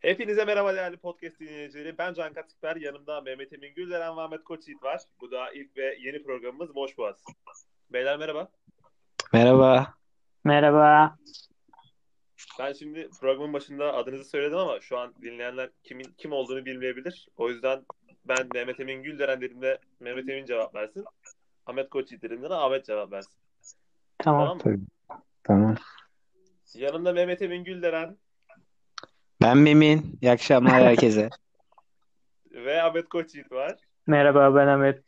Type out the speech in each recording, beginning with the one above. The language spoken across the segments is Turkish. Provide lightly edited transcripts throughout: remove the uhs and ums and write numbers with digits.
Hepinize merhaba değerli podcast dinleyicileri. Ben Can Katıkber. Yanımda Mehmet Emin Gülderen ve Ahmet Koçyiğit var. Bu da ilk ve yeni programımız Boş Boğaz. Beyler merhaba. Merhaba. Merhaba. Ben şimdi programın başında adınızı söyledim ama şu an dinleyenler kim olduğunu bilmeyebilir. O yüzden ben Mehmet Emin Gülderen dediğimde Mehmet Emin cevap versin. Ahmet Koçyiğit dediğimde de Ahmet cevap versin. Tamam. Tamam mı? Tabii. Tamam. Yanımda Mehmet Emin Gülderen Ben Memin. İyi akşamlar herkese. ve Ahmet Koçyiğit var. Merhaba, ben Ahmet.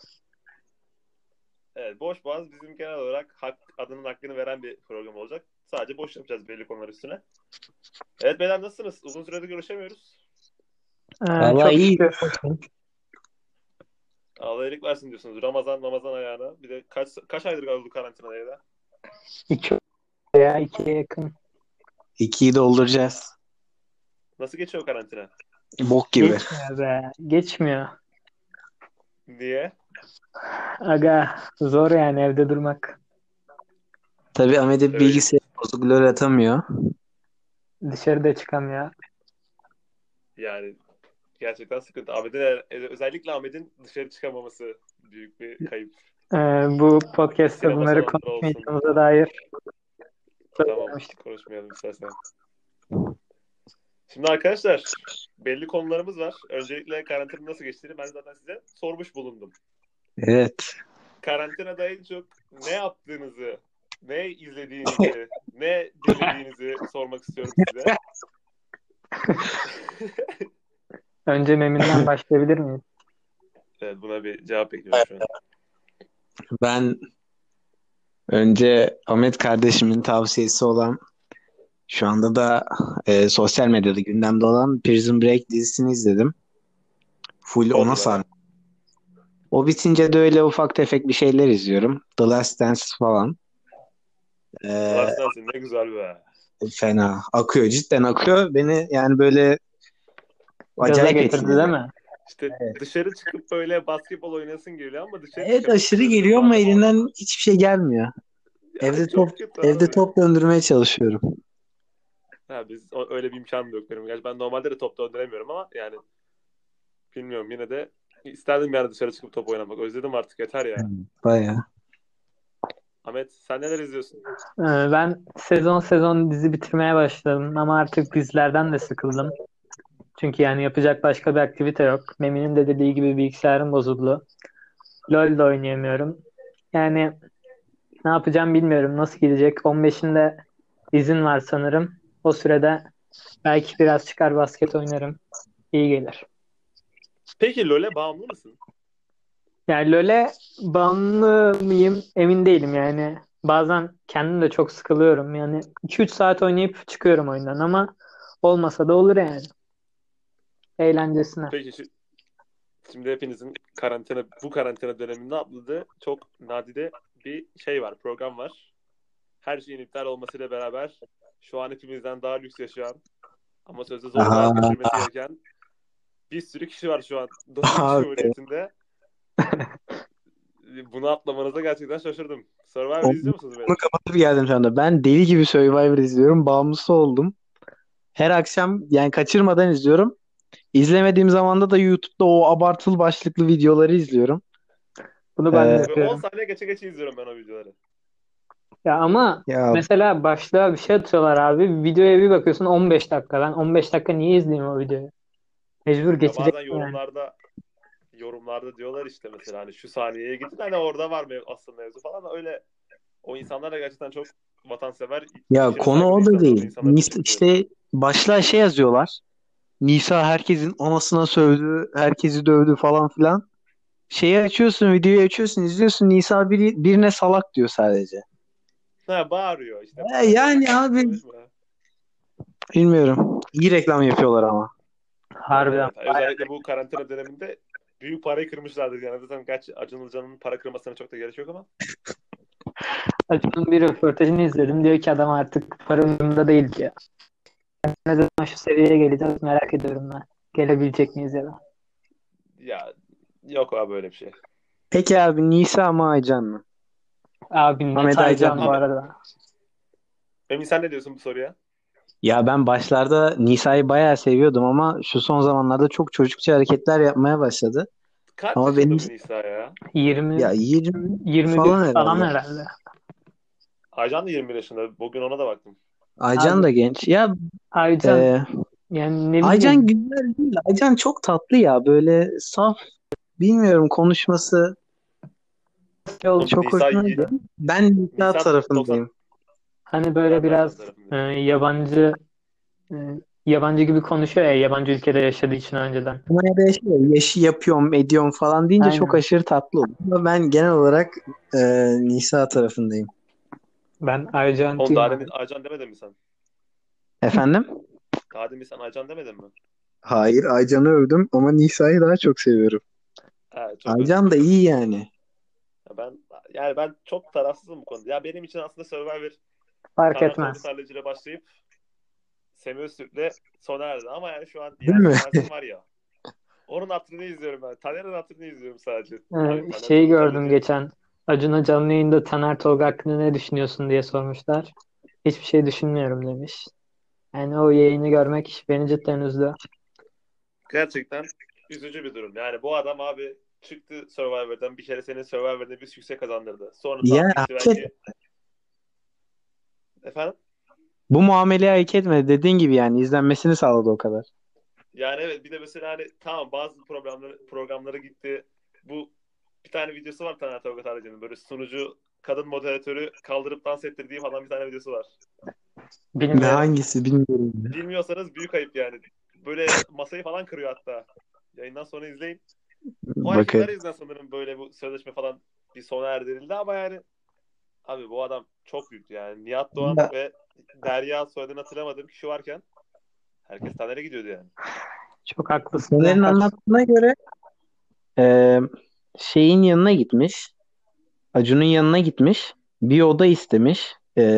Evet, Boş Boğaz bizim genel olarak adının hakkını veren bir program olacak. Sadece boş yapacağız belli konular üstüne. Evet beyler nasılsınız? Uzun süredir görüşemiyoruz. Vallahi Çok iyi. şükür. Allah iyilik versin diyorsunuz. Ramazan ayağına. Bir de kaç aydır kaldı karantinada evde? 2 veya 2'ye yakın. 2'yi dolduracağız. Nasıl geçiyor karantina? Bok gibi. Geçmiyor be. Geçmiyor. Niye? Aga zor yani evde durmak. Tabii Ahmet'e Öyle. bilgisayar bozuk, LoL atamıyor. Dışarıda çıkamıyor. Yani gerçekten sıkıntı. Özellikle Ahmet'in dışarı çıkamaması büyük bir kayıp. Bu podcast'te Sinema bunları salonları olsun. konuşmayacağımıza dair Tamam, konuşmayalım istersen. Şimdi arkadaşlar belli konularımız var. Öncelikle karantina nasıl geçtiğini ben zaten size sormuş bulundum. Evet. Karantinada en çok ne yaptığınızı, ne izlediğinizi, ne dinlediğinizi sormak istiyorum size. önce Memin'den başlayabilir miyiz? Evet, buna bir cevap bekliyorum şu an. Ben önce Ahmet kardeşimin tavsiyesi olan, şu anda da sosyal medyada gündemde olan Prison Break dizisini izledim. Full Çok ona iyi sardım. bana. O bitince de öyle ufak tefek bir şeyler izliyorum. The Last Dance falan. Last Dance'in ne güzel be. Fena. Akıyor. Cidden akıyor. Beni yani böyle Gaza acayip getirdi değil etkiledi. mi? İşte dışarı çıkıp böyle basketbol oynasın geliyor ama dışarı Evet, çıkamıyorsun. aşırı Özledim geliyor ama madem. elinden hiçbir şey gelmiyor. Ya Evde top çok kötü evde abi. top döndürmeye çalışıyorum. Ha, öyle bir imkanım yok benim. Gerçi ben normalde de top döndüremiyorum ama yani bilmiyorum yine de isterdim yani dışarı çıkıp top oynamak. Özledim artık yeter ya. Bayağı. Ahmet sen neler izliyorsun? Ben sezon sezon dizi bitirmeye başladım ama artık dizilerden de sıkıldım. Çünkü yani yapacak başka bir aktivite yok. Memin'in de dediği gibi bilgisayarım bozuldu. LoL de oynayamıyorum. Yani ne yapacağım bilmiyorum. Nasıl gidecek? 15'inde izin var sanırım. O sürede belki biraz çıkar basket oynarım. İyi gelir. Peki LoL'e bağımlı mısın? Yani LoL'e bağımlı mıyım emin değilim yani. Bazen kendim de çok sıkılıyorum. Yani 2-3 saat oynayıp çıkıyorum oyundan ama olmasa da olur yani. Eğlencesine. Peki şimdi hepinizin bu karantina döneminde atladığı çok nadide bir şey var, program var. Her şeyin iptal olmasıyla beraber şu an hepimizden daha lüks yaşayan ama sözde zor bir hayat Aha, geçirmesi gereken bir sürü kişi var şu an Dominik abi. Cumhuriyeti'nde. Bunu atlamanıza gerçekten şaşırdım. Survivor Onu izliyor musunuz onu beyler? kapatıp geldim şu anda. Ben deli gibi Survivor izliyorum. Bağımlısı oldum. Her akşam yani kaçırmadan izliyorum. İzlemediğim zamanda da YouTube'da o abartılı başlıklı videoları izliyorum. Bunu ben de Ee, Ve 10 yapıyorum. saniye geçe izliyorum ben o videoları. Ya ama ya mesela başlığa bir şey atıyorlar abi. Videoya bir bakıyorsun 15 dakika. Ben 15 dakika niye izleyeyim o videoyu? Mecbur Ya geçecek bazen yani. yorumlarda diyorlar işte mesela hani şu saniyeye gidin hani orada var asıl mevzu falan da öyle o insanlar da gerçekten çok vatansever, ya aşırı konu saygılı o da insanlar. O değil. insanları çok seviyorum. İşte başlığa şey yazıyorlar. Nisa herkesin anasına sövdü, herkesi dövdü falan filan. Şeyi açıyorsun, videoyu açıyorsun, izliyorsun. Nisa birine salak diyor sadece. Ha, bağırıyor işte bağırıyor. Yani abi Konuşma. bilmiyorum. İyi reklam yapıyorlar ama. Harbiden. Evet. Özellikle bu karantina döneminde büyük parayı kırmışlardır yani. Zaten gerçi Acun Ilıcalı'nın para kırmasına çok da gerek yok ama. Acun'un bir röportajını izledim. Diyor ki adam artık para umurunda değil diyor. Ne zaman şu seviyeye geleceğiz merak ediyorum ben. Gelebilecek miyiz ya da? Ya yok abi böyle bir şey. Peki abi Nisa mı Aycan mı? Abi net Ahmet Aycan Aycan bu mı? Ahmet, arada. Emin sen ne diyorsun bu soruya? Ya ben başlarda Nisa'yı bayağı seviyordum ama şu son zamanlarda çok çocukça hareketler yapmaya başladı. Kaç Ama benim yaşında bu Nisa ya? 20 ya 20 21 falan falan herhalde. herhalde. Aycan da 21 yaşında. Bugün ona da baktım. Aycan Abi da genç. Ya Aycan, e, yani ne Aycan bileyim, güzel değil. Aycan çok tatlı ya. Böyle saf, bilmiyorum, konuşması şey oldu. Oğlum çok Nisa, hoşuma gidiyor. Ben Nisa Nisa 90, tarafındayım. Hani böyle ben de Aycan biraz tarafındayım. e, yabancı gibi konuşuyor ya, yabancı ülkede yaşadığı için önceden. Ama ya da şey, yaşı yapıyorum, ediyorum falan deyince çok Aynen. aşırı tatlı oluyor. Ama ben genel olarak e, Nisa tarafındayım. Ben Oğlum Arjantin'im daha demin abi. Aycan demedin mi sen? Efendim? Daha demin sen Aycan demedin mi? Hayır, Aycan'ı övdüm ama Nisa'yı daha çok seviyorum. Ha, çok özür Aycan da dilerim. iyi yani. Ya ben çok tarafsızım bu konuda. Ya benim için aslında Survivor Fark Taner Tolga etmez. Tarlacı ile başlayıp Semih Öztürk'le sona erdi. Ama yani şu an Değil mi? Yasin var ya. Onun hatırını izliyorum ben. Taner'in hatırını izliyorum sadece. Abi Taner Şeyi Tolga gördüm Tarlacı. geçen. Acun'a canlı yayında Taner Tolga hakkında ne düşünüyorsun diye sormuşlar. Hiçbir şey düşünmüyorum demiş. Yani o yayını görmek beni cidden üzdü. Gerçekten üzücü bir durum. Yani bu adam abi çıktı Survivor'dan, bir kere senin Survivor'da bir sükse kazandırdı. Sonra Ya tamam gitti hak et, belki. Efendim? bu muameleyi hak etmedi. Dediğin gibi yani izlenmesini sağladı o kadar. Yani evet, bir de mesela hani tamam bazı programlara gitti. Bu bir tane videosu var Taner Tolga Tarlacı'nın. Böyle sunucu kadın moderatörü kaldırıp dans ettirdiği falan bir tane videosu var. Ne, Bilmiyorum. hangisi bilmiyorum. Bilmiyorsanız büyük ayıp yani. Böyle masayı falan kırıyor hatta. Yayından sonra izleyin. O Bakın. hareketler yüzünden sanırım böyle bu sözleşme falan bir sona erdirildi ama yani abi bu adam çok büyüktü yani. Nihat Doğan Ya, ve Derya, soyadını hatırlamadığım kişi varken herkes Taner'e gidiyordu yani. Çok haklısın Soner'in Cankar. anlattığına göre e, şeyin yanına gitmiş. Acun'un yanına gitmiş. Bir oda istemiş.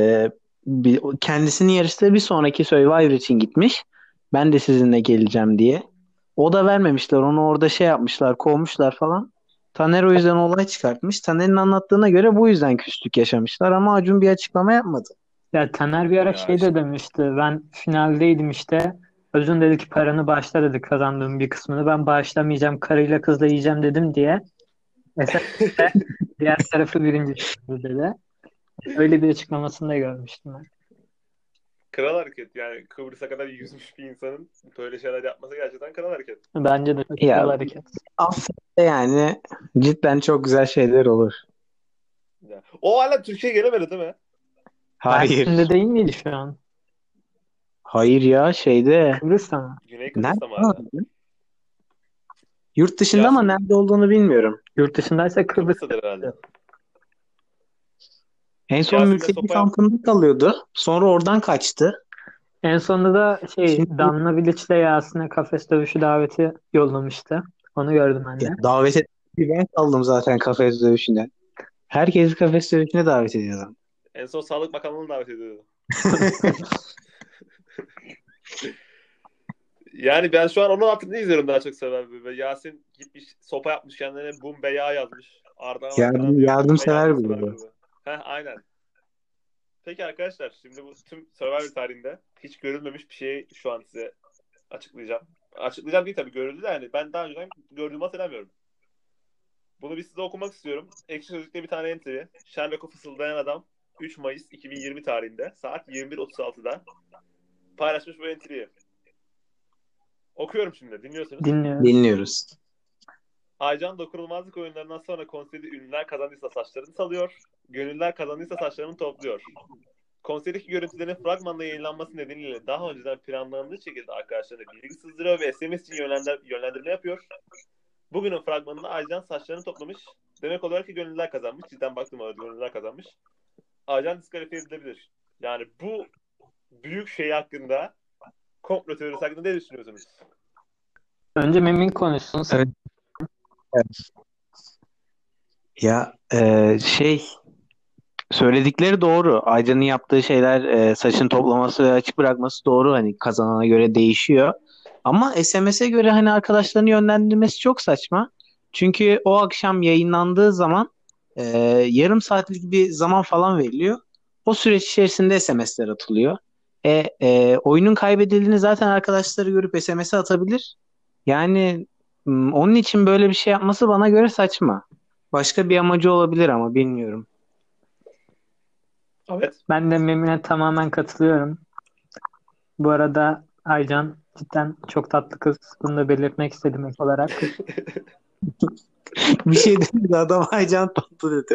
Kendisinin yarıştığı bir sonraki Survivor için gitmiş. Ben de sizinle geleceğim diye. O da vermemişler. Onu orada şey yapmışlar, kovmuşlar falan. Taner o yüzden olay çıkartmış. Taner'in anlattığına göre bu yüzden küslük yaşamışlar ama Acun bir açıklama yapmadı. Ya Taner bir ara Ya şey de işte demişti. Ben finaldeydim işte. Özün dedi ki paranı bağışla dedi, kazandığım bir kısmını. Ben bağışlamayacağım, karıyla kızla yiyeceğim dedim diye. Mesela diğer tarafı birinci çıktı dedi. Öyle bir açıklamasını da görmüştüm ben. kral hareket yani, Kıbrıs'a kadar yüzmüş bir insanın böyle şeyler yapması gerçekten kral hareket. Bence de çok kral Ya hareket. aslında yani cidden çok güzel şeyler olur. Ya. O hala Türkiye'ye gelemedi değil mi? Mersin'de Hayır. değil miydi şu an? Hayır ya, şeyde. Kıbrıs'ta mı? Güney Nerede Kıbrıs'ta mı hala? lan? Yurt dışında ama Yasin nerede olduğunu bilmiyorum. Yurt dışındaysa Kıbrıs'ta. Kıbrıs'tadır herhalde. En son Yasin'le mülteci sopa yap. kampında kalıyordu. Sonra oradan kaçtı. En sonunda da şey, Şimdi Danla Bilic'le Yasin'e kafes dövüşü daveti yollamıştı. Onu gördüm ben ya, de. davet et. Ben kaldım zaten kafes dövüşünden. Herkesi kafes dövüşüne davet ediyorlar. En son Sağlık Bakanlığı'nı davet ediyordu. Yani ben şu an onun hatırını izliyorum daha çok seven. Ve Yasin gitmiş sopa yapmış kendine, Bum Beya yazmış. Ardahan Akkan'a diyor Bum Be Yardımsever biri yardımsever bu. grubu. Heh, aynen. Peki arkadaşlar, şimdi bu tüm Survivor tarihinde hiç görülmemiş bir şeyi şu an size açıklayacağım. Açıklayacağım değil tabii, görüldü de yani ben daha önceden gördüğümü hatırlamıyorum. Bunu bir size okumak istiyorum. Ekşi Sözlük'te bir tane entry. Sherlock'u fısıldayan adam 3 Mayıs 2020 tarihinde saat 21.36'da paylaşmış bu entry'yi. Okuyorum şimdi, dinliyorsunuz. Dinliyoruz. Dinliyoruz. Aycan dokunulmazlık oyunlarından sonra konseyde ünlüler kazandıysa saçlarını salıyor, gönüller kazandıysa saçlarını topluyor. Konseydeki görüntülerin fragmanda yayınlanması nedeniyle daha önceden planlandığı şekilde arkadaşlarına bilgi sızdırıyor ve SMS için yönlendirme yapıyor. Bugünün fragmanında Aycan saçlarını toplamış. Demek olarak ki gönüller kazanmış. Cidden baktım orada, gönüller kazanmış. Aycan diskalifiye edilebilir. Yani bu büyük şey hakkında, komplo teorisi hakkında ne düşünüyorsunuz? Önce Memin konuşsun. Evet. Ya şey, söyledikleri doğru. Aycan'ın yaptığı şeyler, saçını toplaması ve açık bırakması doğru. Hani kazanana göre değişiyor. Ama SMS'e göre hani arkadaşlarını yönlendirmesi çok saçma. Çünkü o akşam yayınlandığı zaman e, yarım saatlik bir zaman falan veriliyor. O süreç içerisinde SMS'ler atılıyor. Oyunun kaybedildiğini zaten arkadaşları görüp SMS atabilir. Yani onun için böyle bir şey yapması bana göre saçma. Başka bir amacı olabilir ama bilmiyorum. Evet. Ben de Memin'e tamamen katılıyorum. Bu arada Aycan cidden çok tatlı kız. Bunu da belirtmek istedim ilk olarak. Bir şey dedi adam Aycan tatlı dedi.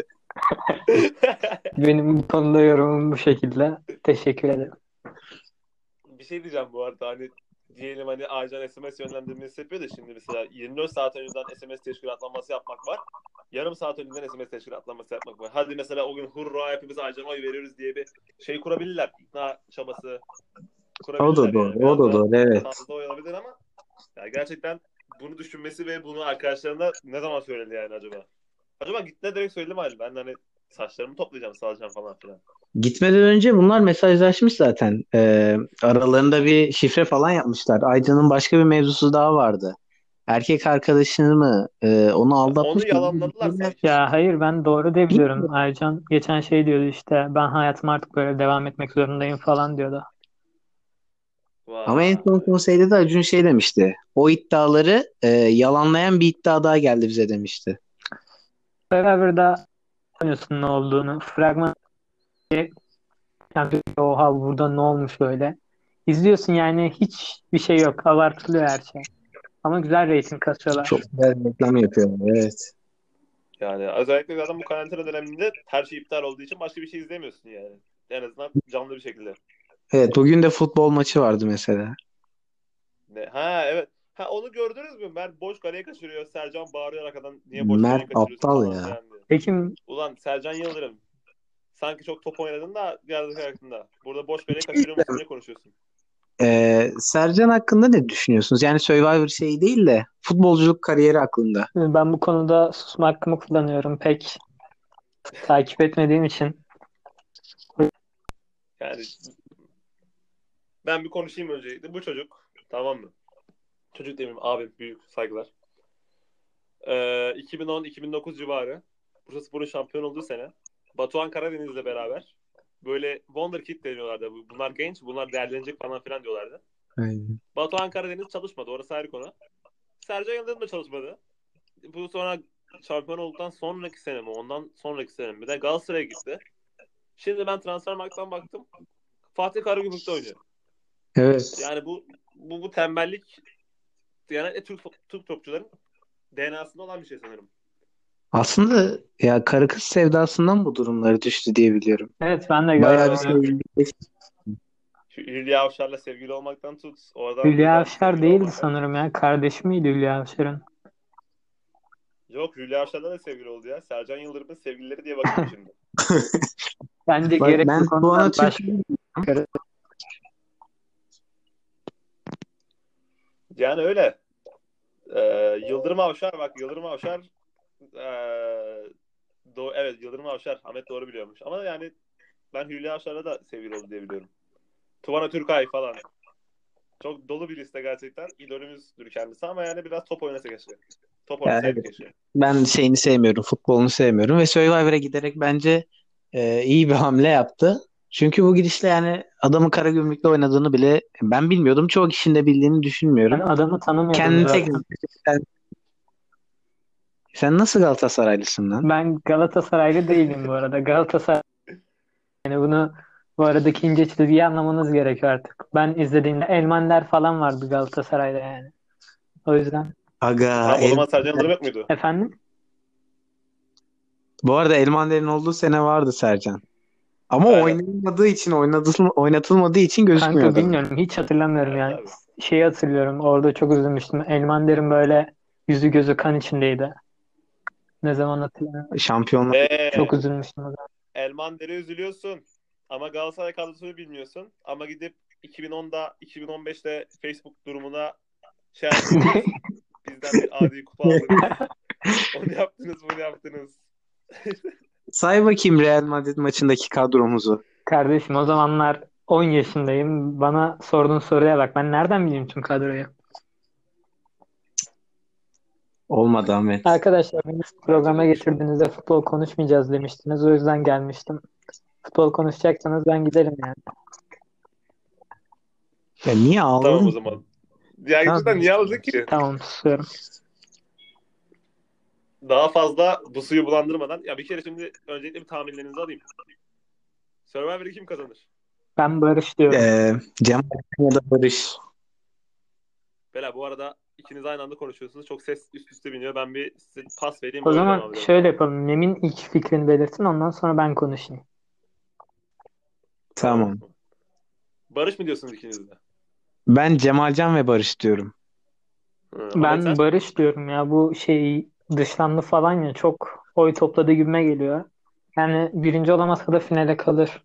Benim bu konuda yorumum bu şekilde. Teşekkür ederim. Bir şey diyeceğim bu arada, hani diyelim hani Aycan SMS yönlendirmesi yapıyor da şimdi mesela 24 saat önceden SMS teşkilatlanması yapmak var. Yarım saat önceden SMS teşkilatlanması yapmak var. Hadi mesela o gün hurra hepimiz Aycan'a oy veriyoruz diye bir şey kurabilirler. İkna çabası O da kurabilirler yani. doğru, o Biraz da da doğru, evet. fazla oy olabilir ama yani gerçekten bunu düşünmesi ve bunu arkadaşlarına ne zaman söyledi yani acaba? Acaba gittiğinde direkt söyledi mi Aylin? Ben de hani saçlarımı toplayacağım, salacağım falan filan. Gitmeden önce bunlar mesajlaşmış zaten. Aralarında bir şifre falan yapmışlar. Aycan'ın başka bir mevzusu daha vardı. Erkek arkadaşını mı onu Onu aldatmış mı? yalanladılar sanki. Ya hayır, ben doğru diye biliyorum. Aycan geçen şey diyordu işte, ben hayatıma artık böyle devam etmek zorundayım falan diyordu. Ama en son Vay. konseyde de Acun şey demişti. O iddiaları yalanlayan bir iddia daha geldi bize demişti. Survivor'da anlıyorsun ne olduğunu. Fragman yani, oha burada ne olmuş böyle. İzliyorsun yani, hiç bir şey yok. Abartılıyor her şey. Ama güzel reyting kasıyorlar. Çok güzel reklam yapıyorlar, evet. Yani özellikle zaten bu karantina döneminde her şey iptal olduğu için başka bir şey izlemiyorsun yani. En azından canlı bir şekilde. Evet, bugün de futbol maçı vardı mesela. Ne? Ha evet. Ha onu gördünüz mü? Mert boş kaleye kaçırıyor. Sercan bağırıyor arkadan niye boş Mert kaleye kaçırıyorsun aptal falan ya. filan diye. Peki Ulan Sercan Yıldırım. Sanki çok top oynadın da geldik hakkında. Burada boş kaleye kaçırıyormuşsun diye konuşuyorsun. Sercan hakkında ne düşünüyorsunuz? Yani Survivor şey değil de futbolculuk kariyeri hakkında. ben bu konuda susma hakkımı kullanıyorum. Pek takip etmediğim için. Yani ben bir konuşayım öncelikle. Bu çocuk, tamam mı? Çocuk demeyeyim, abim, büyük saygılar. 2010-2009 civarı Bursaspor'un şampiyon olduğu sene Batuhan Karadeniz'le beraber böyle Wonderkid deniyorlardı. Bunlar genç, bunlar değerlenecek falan filan diyorlardı. Aynen. Batuhan Karadeniz çalışmadı. Orası ayrı konu. Sercan Yıldırım da çalışmadı. Bu sonra şampiyon olduktan sonraki sene mi? Ondan sonraki sene mi? Bir de Galatasaray'a gitti. Şimdi ben Transfermarkt'tan baktım. Fatih Karagümrük'te oynuyor. Evet. Yani bu tembellik genellikle Türk topçuların DNA'sında olan bir şey sanırım. Aslında ya karı kız sevdasından bu durumları düştü diye biliyorum. Evet, ben de Bayağı gördüm bir onu. sevgili. Şu Hülya Avşar'la sevgili olmaktan tut. Oradan Hülya buradan Avşar sevgili değildi olmaya kadar. sanırım ya. Kardeşi miydi Hülya Avşar'ın? Yok, Hülya Avşar'la da sevgili oldu ya. Sercan Yıldırım'ın sevgilileri diye bakayım şimdi. Bence Bak gerekli ben konular Tuana Türk başka. Yani öyle. Yıldırım Avşar, bak Yıldırım Avşar evet, Yıldırım Avşar. Ahmet doğru biliyormuş. Ama yani ben Hülya Avşar'la da sevgili oldu diye biliyorum. Tuvana Türkay falan. Çok dolu bir liste gerçekten. İdolümüzdür kendisi ama yani biraz top oynasa keşke. Top ya oynasaydı evet. keşke. Ben şeyini sevmiyorum, futbolunu sevmiyorum ve Survivor'a giderek bence iyi bir hamle yaptı. Çünkü bu gidişle yani adamın Karagümrük'te oynadığını bile ben bilmiyordum. Çoğu kişinin de bildiğini Ben düşünmüyorum. adamı tanımıyordum Kendini tek zaten. sen nasıl Galatasaraylısın lan? Ben Galatasaraylı değilim bu arada. Galatasaray, yani bunu bu arada ikinci çizgiyi anlamanız gerekiyor artık. Ben izlediğimde Elmander falan vardı Galatasaray'da yani. O yüzden. Aga Tamam, o zaman Sercan Yıldırım yok muydu? Efendim? bu arada Elmander'in olduğu sene vardı Sercan. Ama Aynen. oynatılmadığı için gözükmüyor Kanka adam. bilmiyorum. Hiç hatırlamıyorum Evet yani. abi. Şeyi hatırlıyorum. Orada çok üzülmüştüm. Elmander'in böyle yüzü gözü kan içindeydi. Ne zaman hatırlamıyorum. Şampiyonlar. Çok Eee üzülmüştüm o zaman. Elmander'e üzülüyorsun. Ama Galatasaray kadrosunu bilmiyorsun. Ama gidip 2010'da 2015'te Facebook durumuna şey yazmayı biliyorsun. Bizden bir adi kupa aldık. Onu yaptınız, bunu yaptınız. Say bakayım Real Madrid maçındaki kadromuzu. Kardeşim, o zamanlar 10 yaşındayım. Bana sorduğun soruya bak. Ben nereden bileyim tüm kadroyu? Olmadı Ahmet. Arkadaşlar, beni Bence programa de bir şey oldu. getirdiğinizde futbol konuşmayacağız demiştiniz. O yüzden gelmiştim. Futbol konuşacaksanız ben giderim yani. Ya niye Tamam o ağladın? zaman. Ya Tamam. cidden niye ağladın ki? Tamam, susuyorum. Daha fazla bu suyu bulandırmadan. Ya bir kere şimdi öncelikle bir tahminlerinizi alayım. Survivor'ı kim kazanır? Ben Barış diyorum. Cemal ya da Barış. Bela bu arada ikiniz aynı anda konuşuyorsunuz. Çok ses üst üste biniyor. Ben bir size pas vereyim O böyle zaman devam edelim. şöyle yapalım. Mem'in ilk fikrini belirtin, ondan sonra ben konuşayım. Tamam o Tamam. zaman. Barış mı diyorsunuz ikiniz de? Ben Cemalcan ve Barış diyorum. Ahmet Ben sen? Barış diyorum ya, bu şey dışlandı falan ya, çok oy topladı gibime geliyor. Yani birinci olamasa da finale kalır.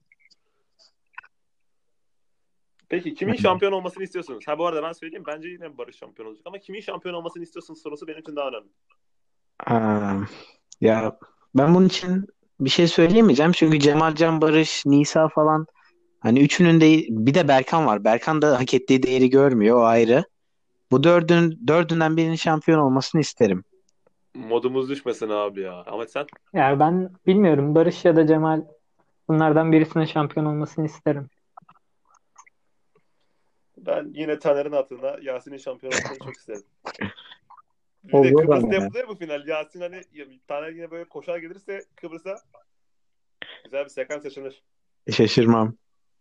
Peki kimin şampiyon olmasını istiyorsunuz? Ha bu arada ben söyleyeyim. Bence yine Barış şampiyon olacak. Ama kimin şampiyon olmasını istiyorsunuz sorusu benim için daha önemli. Aa, ya ben bunun için bir şey söyleyemeyeceğim. Çünkü Cemalcan, Barış, Nisa falan hani üçünün de bir de Berkan var. Berkan da hak ettiği değeri görmüyor. O ayrı. Bu dördünden birinin şampiyon olmasını isterim. Modumuz düşmesin abi ya. Ahmet sen? Yani ben bilmiyorum, Barış ya da Cemal, bunlardan birisinin şampiyon olmasını isterim. Ben yine Taner'in hatırına Yasin'in şampiyon olmasını çok isterim. Bir de Olur Kıbrıs'ta ama ya. yapılıyor bu final. Yasin hani Taner yine böyle koşar gelirse Kıbrıs'a güzel bir sekans yaşanır. Şaşırmam.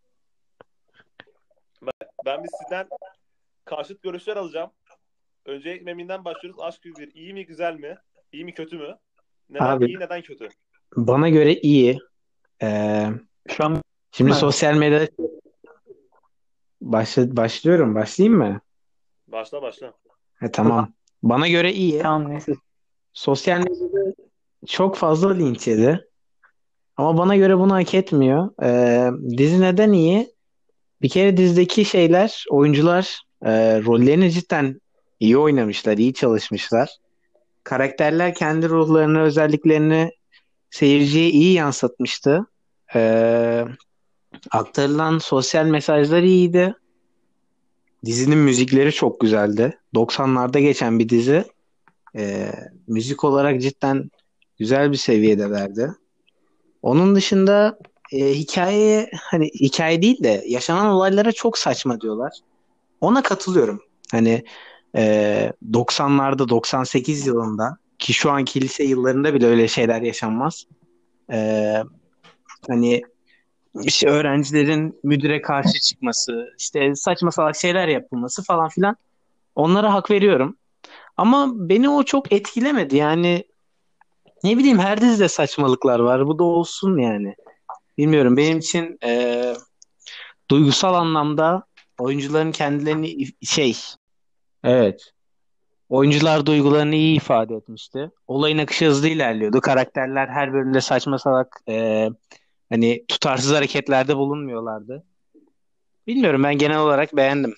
Ben bir sizden karşıt görüşler alacağım. Önce Memin'den başlıyoruz. Aşk Yüzleri iyi mi güzel mi? İyi mi kötü mü? Neden Abi iyi neden kötü? bana göre iyi. Ee, Şu an Şimdi mi? sosyal medyada başlıyorum. Başlayayım mı? Başla başla. Tamam. Bana göre iyi. Tamam, neyse. Sosyal medyada çok fazla linç yedi. Ama bana göre bunu hak etmiyor. Dizi neden iyi? Bir kere dizideki oyuncular rollerini cidden iyi oynamışlar, iyi çalışmışlar. Karakterler kendi ruhlarını, özelliklerini seyirciye iyi yansıtmıştı. Ee, Aktarılan sosyal mesajlar iyiydi. Dizinin müzikleri çok güzeldi. 90'larda geçen bir dizi. Müzik olarak cidden güzel bir seviyedelerdi. Onun dışında hikaye hani hikaye değil de yaşanan olaylara çok saçma diyorlar. Ona katılıyorum. Hani 90'larda 98 yılında ki şu anki lise yıllarında bile öyle şeyler yaşanmaz. E, Hani işte öğrencilerin müdüre karşı çıkması, işte saçma salak şeyler yapılması falan filan onlara hak veriyorum. Ama beni o çok etkilemedi. Yani ne bileyim her dizide saçmalıklar var. Bu da olsun yani. Bilmiyorum benim için duygusal anlamda oyuncuların kendilerini evet, oyuncular duygularını iyi ifade etmişti. Olayın akışı hızlı ilerliyordu. Karakterler her bölümde saçma salak hani tutarsız hareketlerde bulunmuyorlardı. Bilmiyorum ben genel olarak beğendim.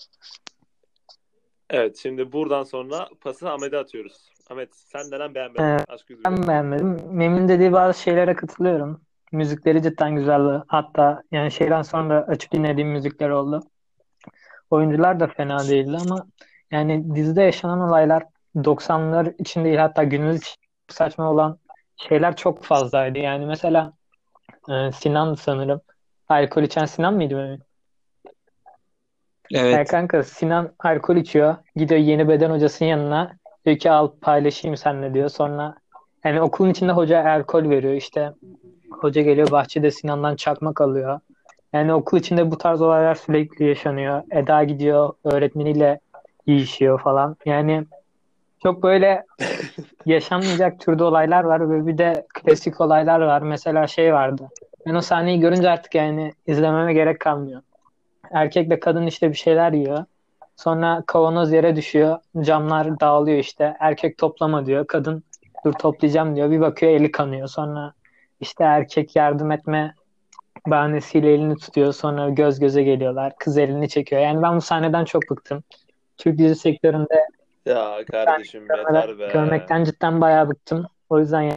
Evet şimdi buradan sonra pası Ahmet'e atıyoruz. Ahmet sen neden beğenmedin Ee, Aşk Yüzü'nü? Ben beğenmedim. Mem'in dediği bazı şeylere katılıyorum. Müzikleri cidden güzeldi. Hatta yani şeyden sonra açıp dinlediğim müzikler oldu. Oyuncular da fena değildi ama yani dizide yaşanan olaylar 90'lar için değil, hatta günümüz için saçma olan şeyler çok fazlaydı. Yani mesela Sinan sanırım. Alkol içen Sinan mıydı benim? Ya Evet. kanka, Sinan alkol içiyor. Gidiyor yeni beden hocasının yanına. Diyor ki al paylaşayım seninle diyor. Sonra yani okulun içinde hoca alkol veriyor. İşte hoca geliyor bahçede Sinan'dan çakmak alıyor. Yani okul içinde bu tarz olaylar sürekli yaşanıyor. Eda gidiyor öğretmeniyle yiyişiyor falan. Yani çok böyle yaşanmayacak türde olaylar var ve bir de klasik olaylar var. Mesela şey vardı. Ben o sahneyi görünce artık yani izlememe gerek kalmıyor. Erkekle kadın işte bir şeyler yiyor. Sonra kavanoz yere düşüyor. Camlar dağılıyor işte. Erkek toplama diyor. Kadın dur toplayacağım diyor. Bir bakıyor eli kanıyor. Sonra işte erkek yardım etme bahanesiyle elini tutuyor. Sonra göz göze geliyorlar. Kız elini çekiyor. Yani ben bu sahneden çok bıktım. Türk dizi sektöründe Ya bu sahneyi kardeşim yeter be. görmekten cidden bayağı bıktım. O yüzden yani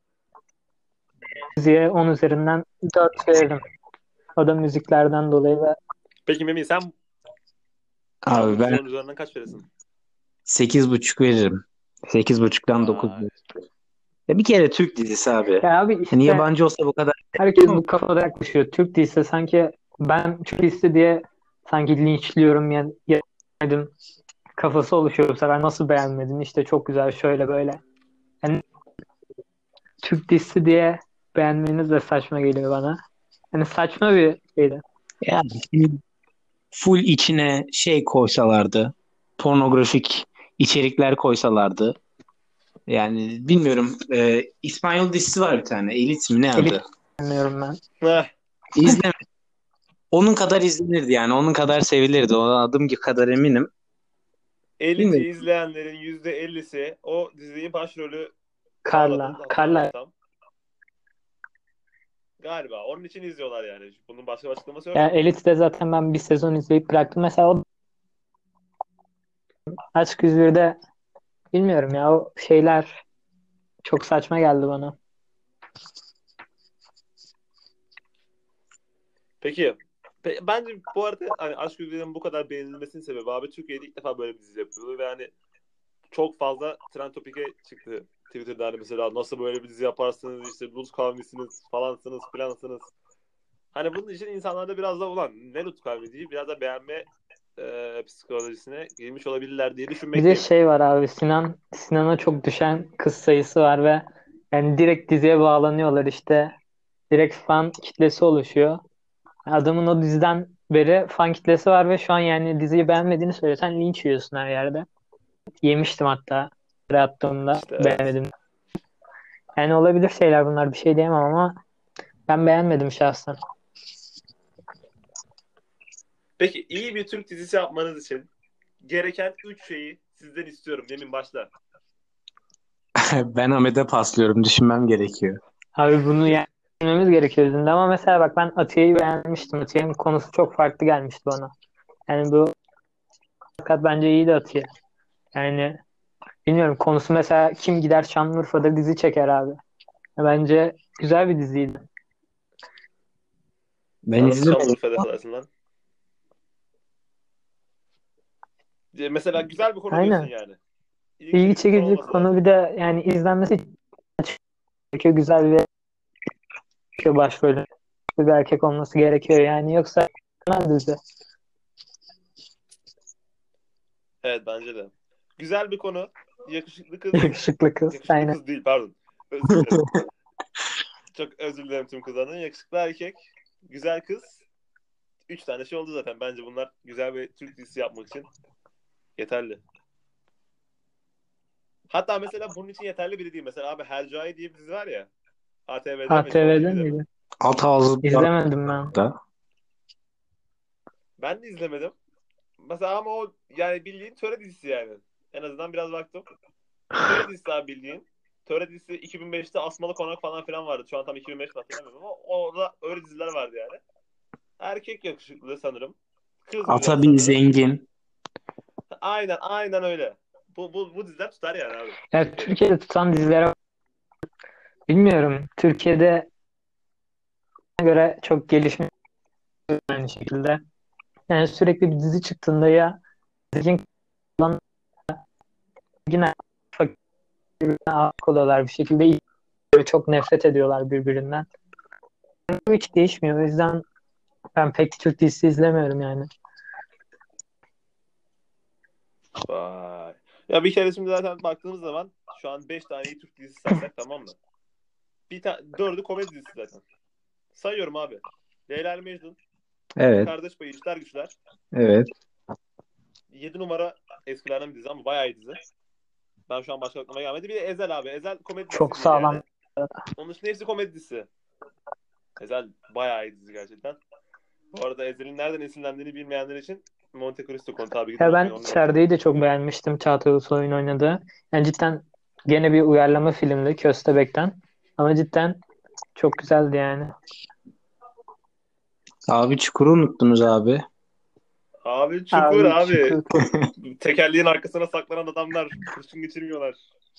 diziye 10 üzerinden 4 veririm. O da müziklerden dolayı ve Peki Memi sen Abi bu ben diziye 10 üzerinden kaç verirsin? 8,5 veririm. 8,5'tan 9. Vay. Ya bir kere Türk dizisi abi. ya abi Hani işte yabancı olsa bu kadar herkes bu kafada yaklaşıyor. Türk dizisi sanki, ben Türk dizisi diye sanki linçliyorum yani kafası oluşuyor bu sefer. Nasıl beğenmedin? İşte çok güzel şöyle böyle. Yani Türk dizisi diye beğenmeniz de saçma geliyor bana. Yani saçma bir şeydi. Yani full içine şey koysalardı, pornografik içerikler koysalardı. Yani bilmiyorum. İspanyol dizisi var bir tane. Elit mi ne Elit adı? beğenmiyorum ben. Heh. İzleme. Onun kadar izlenirdi yani. Onun kadar sevilirdi. Ona adım kadar eminim. Elit'i Bilmiyorum. izleyenlerin %50'si o diziyi başrolü Carla. sağladığını Carla. hatırlamıyorsam. Galiba. Onun için izliyorlar yani. Bunun başka bir açıklaması yok. Ya Elit'te zaten ben bir sezon izleyip bıraktım. Mesela o Aşk 101'de bilmiyorum ya o şeyler çok saçma geldi bana. Peki. Bence bu arada hani Aşk Yüzü'nün bu kadar beğenilmesinin sebebi abi Türkiye'de ilk defa böyle bir dizi yapıyordu ve hani çok fazla trend topik'e çıktı. Twitter'da hani mesela nasıl böyle bir dizi yaparsınız işte Rus kavmisiniz falansınız filansınız. Hani bunun için insanlarda biraz da ulan ne Rus kavmi değil biraz da beğenme psikolojisine girmiş olabilirler diye Bir de düşünmekteyim. şey var abi Sinan'a çok düşen kız sayısı var ve yani direkt diziye bağlanıyorlar işte. Direkt fan kitlesi oluşuyor. Adamın o diziden beri fan kitlesi var ve şu an yani diziyi beğenmediğini söylesen linç yiyorsun her yerde. Yemiştim hatta attığımda İşte evet. beğenmedim. Yani olabilir şeyler bunlar bir şey diyemem ama ben beğenmedim şahsen. Peki iyi bir Türk dizisi yapmanız için gereken 3 şeyi sizden istiyorum. Demin başla. Ben Ahmet'e paslıyorum. Düşünmem gerekiyor. Abi bunu yenmemiz gerekiyor bizim de ama mesela bak ben Atiye'yi beğenmiştim. Atiye'nin konusu çok farklı gelmişti bana. Yani bu fakat bence iyi de Atiye. Yani bilmiyorum konusu mesela kim gider Şanlıurfa'da dizi çeker abi. Bence güzel bir diziydi. Ben Sen nasıl izlemedim. Şanlıurfa'da kalarsın lan? Mesela güzel bir konu diyorsun Aynen. yani. İlgi İlgi çekici bir konu çekici olması konu lazım. bir de yani izlenmesi gerekiyor. Güzel bir başrolü bir erkek olması gerekiyor yani. Yoksa dizi. Evet bence de. Güzel bir konu. Yakışıklı kız. Yakışıklı kız. Yakışıklı Aynen. kız değil pardon. Özür dilerim. Çok özür dilerim tüm kızlardan. Yakışıklı erkek. Güzel kız. 3 tane şey oldu zaten. Bence bunlar güzel bir Türk dizisi yapmak için yeterli. Hatta mesela bunun için yeterli biri değil. Mesela abi Hercai diye bir dizi var ya. ATV'de mi Show ATV'de TV'de mi? miydi? Alt ağızlı İzlemedim ben. da. Ben de izlemedim. Mesela ama o yani bildiğin töre dizisi yani. En azından biraz baktım. Töre dizisi abi bildiğin. Töre dizisi 2005'te Asmalı Konak falan filan vardı. Şu an tam 2005 mi hatırlamıyorum ama orada öyle diziler vardı yani. Erkek yakışıklı sanırım. Kız güzel Atabil sanırım. zengin. Aynen öyle. Bu diziler tutar yani abi. Ya Türkiye'de tutan dizilere bilmiyorum. Türkiye'de göre çok gelişmiş aynı şekilde. Yani sürekli bir dizi çıktığında ya dizinin kalan yine birbirine aşık oluyorlar bir şekilde çok nefret ediyorlar birbirinden. Bu hiç değişmiyor. O yüzden ben pek Türk dizisi izlemiyorum yani. Vay. Ya bir kere şimdi zaten baktığımız zaman şu an 5 tane iyi Türk dizisi saysak tamam mı? Dördü komedi dizisi zaten. Sayıyorum abi. Leyla ile Mecnun, Evet. Kardeş Payı, İşler Güçler. Evet. 7 numara eskilerden bir dizi ama bayağı iyi dizi. Ben şu an başka aklıma gelmedi. Bir de Ezel abi. Ezel komedi dizisi Çok değil sağlam. yani. Onun dışında hepsi komedi dizisi. Ezel bayağı iyi dizi gerçekten. Bu arada Ezel'in nereden esinlendiğini bilmeyenler için Monte Cristo konu tabii ki de Ya ben unutmayın. Onu da içerideyi ekleyelim. de çok beğenmiştim Çağatay Ulusoy'un oynadığı. Yani cidden gene bir uyarlama filmdi Köstebek'ten. Ama cidden çok güzeldi yani. Abi Çukur'u unuttunuz abi. Abi Çukur Abi abi. Çukur. Tekerleğin arkasına saklanan adamlar. Kurşun geçirmiyorlar.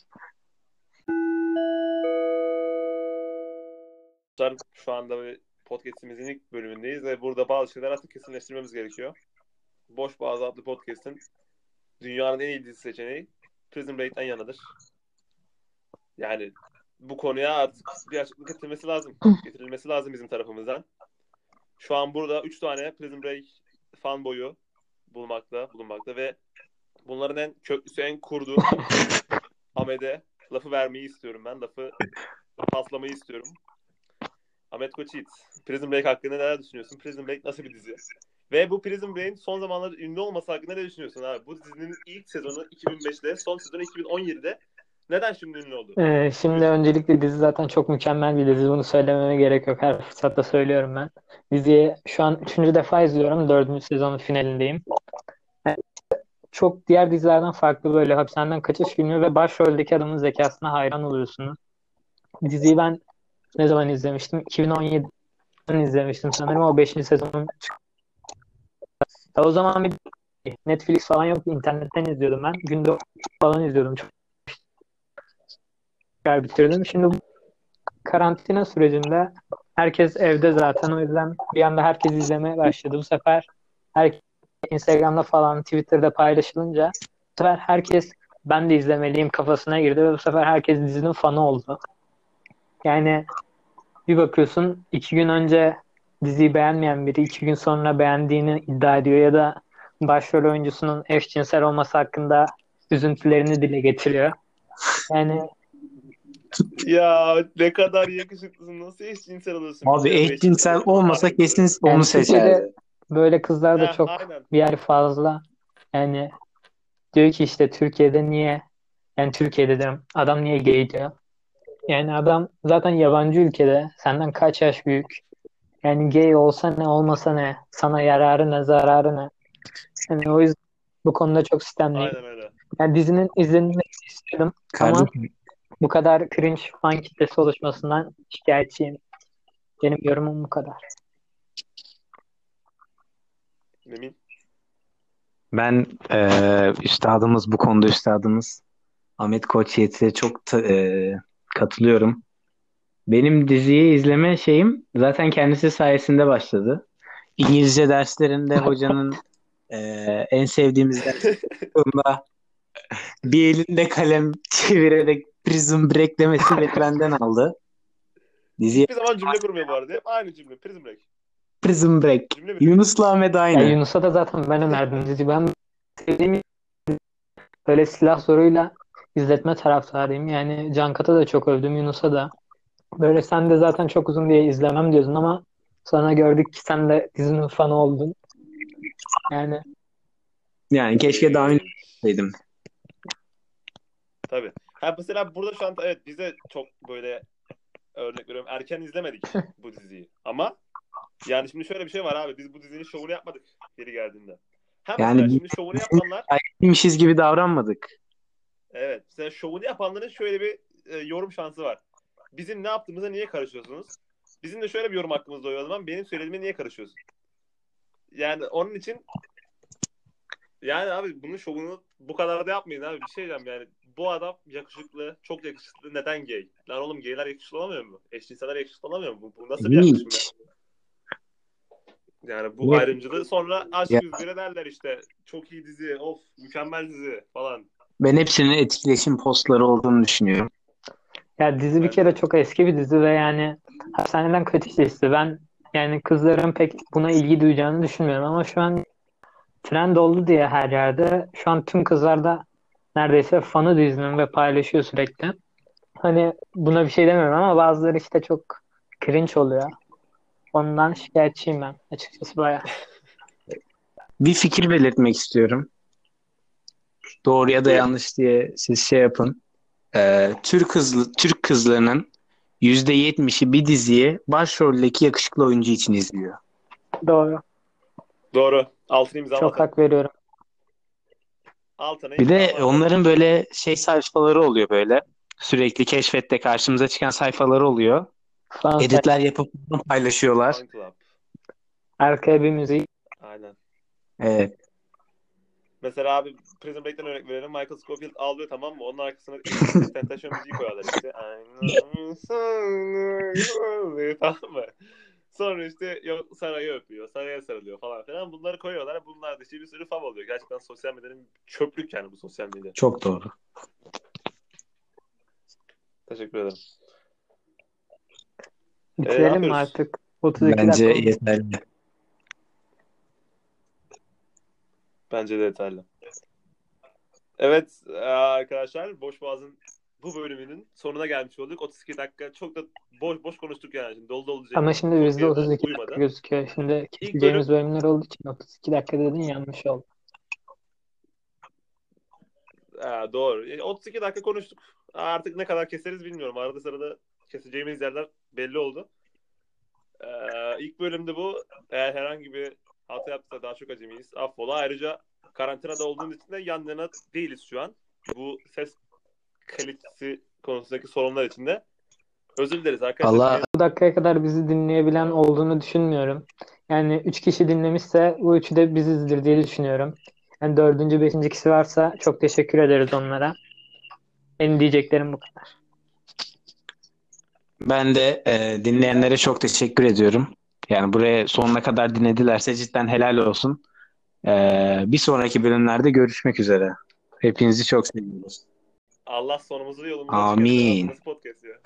Şu anda bir podcastimizin ilk bölümündeyiz ve burada bazı şeyler artık kesinleştirmemiz gerekiyor. Boş Boğaz adlı podcast'in dünyanın en iyi dizi seçeneği Prison Break'ten yanıdır. Yani bu konuya artık bir açıklık getirilmesi lazım bizim tarafımızdan. Şu an burada 3 tane Prison Break fanboyu bulunmakta ve bunların en köklüsü, en kurdu Ahmet'e lafı vermeyi istiyorum ben. Lafı paslamayı istiyorum. Ahmet Koçyiğit, Prison Break hakkında neler düşünüyorsun? Prison Break nasıl bir dizi? Ve bu Prison Break'in son zamanlarda ünlü olması hakkında ne düşünüyorsun abi? Bu dizinin ilk sezonu 2005'te, son sezonu 2017'de. Neden şimdi ünlü oldu? Şimdi öncelikle dizi zaten çok mükemmel bir dizi. Bunu söylememe gerek yok. Her fırsatta söylüyorum ben. Diziyi şu an 3. defa izliyorum. 4. sezonun finalindeyim. Yani çok diğer dizilerden farklı, böyle hapishaneden kaçış filmi ve başroldeki adamın zekasına hayran oluyorsunuz. Diziyi ben ne zaman izlemiştim? 2017'den izlemiştim sanırım. O 5. sezonun. O zaman bir Netflix falan yoktu. İnternetten izliyordum ben. Günde falan izliyordum. Çok güzel bitirdim. Şimdi bu karantina sürecinde herkes evde zaten. O yüzden bir anda herkes izlemeye başladı. Bu sefer herkes Instagram'da falan, Twitter'da paylaşılınca bu sefer herkes ben de izlemeliyim kafasına girdi ve bu sefer herkes dizinin fanı oldu. Yani bir bakıyorsun 2 gün önce diziyi beğenmeyen biri 2 gün sonra beğendiğini iddia ediyor ya da başrol oyuncusunun eşcinsel olması hakkında üzüntülerini dile getiriyor. Yani Ya ne kadar yakışıklısın. Nasıl eşcinsel oluyorsun? Abi Bilmiyorum eşcinsel eşcinsel olup olmasa farklı. kesin onu yani seçerdi. Türkiye'de böyle kızlar da çok Aynen. bir yer fazla. Yani diyor ki işte Türkiye'de niye, yani Türkiye'de dedim, adam niye gay diyor. Yani adam zaten yabancı ülkede, senden kaç yaş büyük. Yani gay olsa ne olmasa ne, sana yararı ne zararı ne. Yani o yüzden bu konuda çok sistemliyim. Aynen öyle. Yani dizinin izlenmesini istedim ama Kardeşim bu kadar cringe fan kitlesi oluşmasından şikayetçiyim. Benim yorumum bu kadar. Emin. ben üstadımız, bu konuda üstadımız Ahmet Koçyiğit'e çok katılıyorum. Benim diziyi izleme şeyim zaten kendisi sayesinde başladı. İngilizce derslerinde hocanın en sevdiğimiz dersinde bir elinde kalem çevirerek Prison Break demesi beni benden aldı. Diziye Hiçbir zaman cümle kurmuyor bu arada. Hep aynı cümle. Prison Break. Prison Break. Cümle bitiriyor. Yunus'la Ahmet Ya aynı. Yunus'a da zaten ben önerdim dizi. Ben sevdiğim böyle silah zoruyla izletme taraftarıyım. Yani Cankat'a da çok övdüm, Yunus'a da. Böyle sen de zaten çok uzun diye izlemem diyordun ama sonra gördük ki sen de dizinin fanı oldun. Yani Yani keşke daha önce izleseydim. Tabii. Mesela burada şu an evet biz de çok böyle örnek veriyorum erken izlemedik bu diziyi. Ama yani şimdi şöyle bir şey var abi. Biz bu dizinin şovunu yapmadık geri geldiğinde. Mesela Yani şimdi şovunu yapanlar bizmişiz gibi davranmadık. evet. Mesela şovunu yapanların şöyle bir yorum şansı var. Bizim ne yaptığımıza niye karışıyorsunuz? Bizim de şöyle bir yorum hakkımız doğuyor o zaman. Benim söylediğime niye karışıyorsun? Yani onun için yani abi bunun şovunu bu kadar da yapmayın abi. Bir şey diyeceğim yani. Bu adam yakışıklı, çok yakışıklı. Neden gay? Lan oğlum gayler yakışıklı olamıyor mu? Eşcinseller yakışıklı olamıyor mu? Bu nasıl bir yaklaşım ya? Hiç. Yani bu Ne? ayrımcılığı sonra Aşk Ya, 101'e derler işte. Çok iyi dizi, of mükemmel dizi falan. ben hepsinin etkileşim postları olduğunu düşünüyorum. ya dizi bir Bence kere de. çok eski bir dizi ve yani hapishaneden kaçış dizisi. Ben yani kızların pek buna ilgi duyacağını düşünmüyorum ama şu an trend oldu diye her yerde. Şu an tüm kızlar da neredeyse fanı dizinin ve paylaşıyor sürekli. Hani buna bir şey demiyorum ama bazıları işte çok cringe oluyor. Ondan şikayetçiyim ben açıkçası bayağı. Bir fikir belirtmek istiyorum. Doğru ya da Buyur. yanlış diye siz şey yapın. Türk kızlarının %70'i bir diziyi başroldeki yakışıklı oyuncu için izliyor. Doğru. Doğru. Altını imzamı Çok atarım. hak veriyorum. Altına Bir de imzamı atarım. onların böyle şey sayfaları oluyor böyle. Sürekli keşfette karşımıza çıkan sayfaları oluyor. Fan say- Editler yapıp paylaşıyorlar. Fan Club. Arkaya bir müzik. Aynen. Evet. Mesela abi Prison Break'ten örnek verelim. Michael Scofield ağlıyor tamam mı? Onun arkasına AC/DC Tentation müziği koyarlar işte. Tamam mı? Sonra işte yok Saray'ı öpüyor. Saray'a sarılıyor falan filan. Bunları koyuyorlar. Bunlar da işte bir sürü fav oluyor. Gerçekten sosyal medyanın çöplük yani bu sosyal medya. Çok doğru. Teşekkür ederim. Ne Bitirelim mi yapıyoruz? artık? 32 Bence dakika oldu. yeterli. Bence de yeterli. Evet arkadaşlar, Boş Boğaz'ın bu bölümünün sonuna gelmiş olduk. 32 dakika çok da boş konuştuk yani. Şimdi dolu dolu diyecektim Ama ama şimdi çok bizde bir 32 dakika uymadı. gözüküyor. Şimdi İlk bölüm keseceğimiz bölümler olduğu için 32 dakika dedin, yanlış oldu. doğru. 32 dakika konuştuk. Artık ne kadar keseriz bilmiyorum. Arada sırada keseceğimiz yerler belli oldu. İlk bölümde bu. Eğer herhangi bir hata yaptıysa daha çok acemiyiz. Affola. Ayrıca karantinada olduğumuz için de yan yana değiliz şu an. Bu ses kalitesi konusundaki sorunlar için de özür dileriz arkadaşlar. Valla Bu dakikaya kadar bizi dinleyebilen olduğunu düşünmüyorum. Yani 3 kişi dinlemişse bu üçü de bizizdir diye düşünüyorum. Yani dördüncü, beşinci kişi varsa çok teşekkür ederiz onlara. Benim diyeceklerim bu kadar. ben de dinleyenlere çok teşekkür ediyorum. Yani buraya sonuna kadar dinledilerse cidden helal olsun. Bir sonraki bölümlerde görüşmek üzere. Hepinizi çok seviyoruz. Allah sonumuzu yolumuza çıkarır. Abi bu Amin. nasıl podcast ya?